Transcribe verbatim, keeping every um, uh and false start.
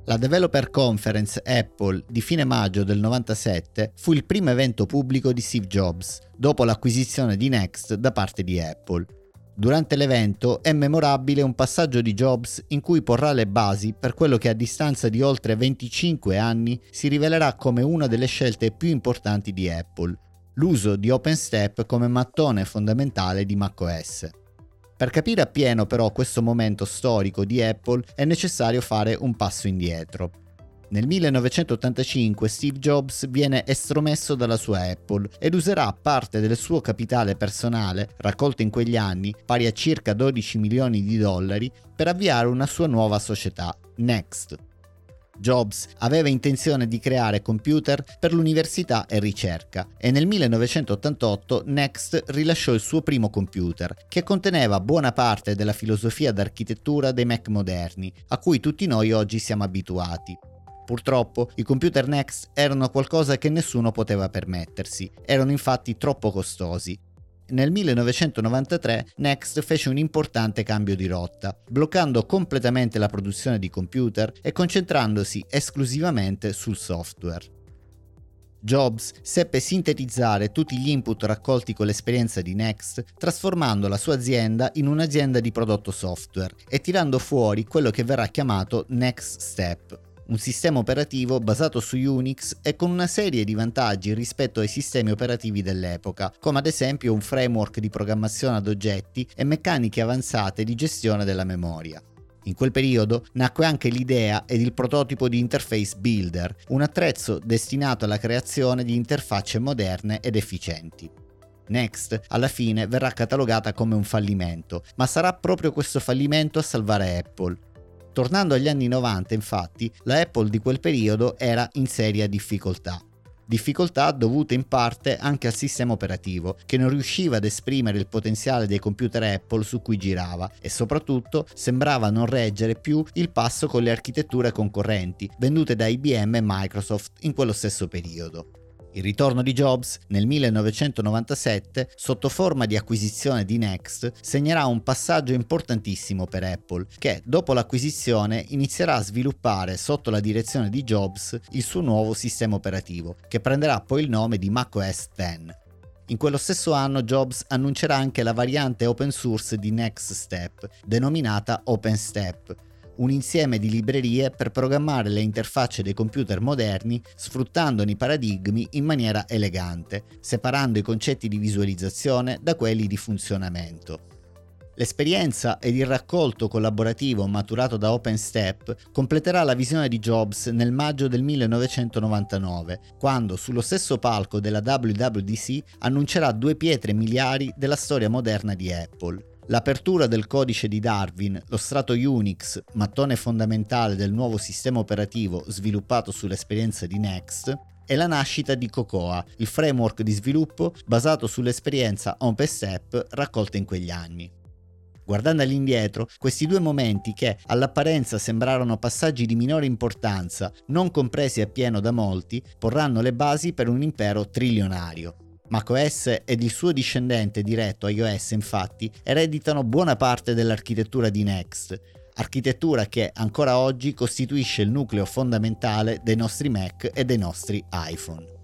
La Developer Conference Apple di fine maggio del novantasette fu il primo evento pubblico di Steve Jobs, dopo l'acquisizione di Next da parte di Apple. Durante l'evento è memorabile un passaggio di Jobs in cui porrà le basi per quello che a distanza di oltre venticinque anni si rivelerà come una delle scelte più importanti di Apple, l'uso di OpenStep come mattone fondamentale di macOS. Per capire appieno però questo momento storico di Apple è necessario fare un passo indietro. Nel millenovecentottantacinque Steve Jobs viene estromesso dalla sua Apple ed userà parte del suo capitale personale, raccolto in quegli anni, pari a circa dodici milioni di dollari, per avviare una sua nuova società, Next. Jobs aveva intenzione di creare computer per l'università e ricerca e nel millenovecentottantotto Next rilasciò il suo primo computer, che conteneva buona parte della filosofia d'architettura dei Mac moderni, a cui tutti noi oggi siamo abituati. Purtroppo i computer Next erano qualcosa che nessuno poteva permettersi, erano infatti troppo costosi. Nel millenovecentonovantatré Next fece un importante cambio di rotta, bloccando completamente la produzione di computer e concentrandosi esclusivamente sul software. Jobs seppe sintetizzare tutti gli input raccolti con l'esperienza di Next, trasformando la sua azienda in un'azienda di prodotto software e tirando fuori quello che verrà chiamato Next Step, un sistema operativo basato su Unix e con una serie di vantaggi rispetto ai sistemi operativi dell'epoca, come ad esempio un framework di programmazione ad oggetti e meccaniche avanzate di gestione della memoria. In quel periodo nacque anche l'idea ed il prototipo di Interface Builder, un attrezzo destinato alla creazione di interfacce moderne ed efficienti. Next, alla fine, verrà catalogata come un fallimento, ma sarà proprio questo fallimento a salvare Apple. Tornando agli anni novanta, infatti, la Apple di quel periodo era in seria difficoltà. Difficoltà dovute in parte anche al sistema operativo, che non riusciva ad esprimere il potenziale dei computer Apple su cui girava e soprattutto sembrava non reggere più il passo con le architetture concorrenti vendute da I B M e Microsoft in quello stesso periodo. Il ritorno di Jobs nel millenovecentonovantasette, sotto forma di acquisizione di Next, segnerà un passaggio importantissimo per Apple, che dopo l'acquisizione inizierà a sviluppare sotto la direzione di Jobs il suo nuovo sistema operativo, che prenderà poi il nome di macOS dieci. In quello stesso anno Jobs annuncerà anche la variante open source di Next Step, denominata OpenStep, un insieme di librerie per programmare le interfacce dei computer moderni sfruttandone i paradigmi in maniera elegante, separando i concetti di visualizzazione da quelli di funzionamento. L'esperienza ed il raccolto collaborativo maturato da OpenStep completerà la visione di Jobs nel maggio del millenovecentonovantanove, quando sullo stesso palco della W W D C annuncerà due pietre miliari della storia moderna di Apple: l'apertura del codice di Darwin, lo strato Unix, mattone fondamentale del nuovo sistema operativo sviluppato sull'esperienza di Next, e la nascita di Cocoa, il framework di sviluppo basato sull'esperienza OpenStep raccolta in quegli anni. Guardando all'indietro, questi due momenti che all'apparenza sembrarono passaggi di minore importanza, non compresi appieno da molti, porranno le basi per un impero trilionario. macOS ed il suo discendente diretto iOS, infatti, ereditano buona parte dell'architettura di Next, architettura che ancora oggi costituisce il nucleo fondamentale dei nostri Mac e dei nostri iPhone.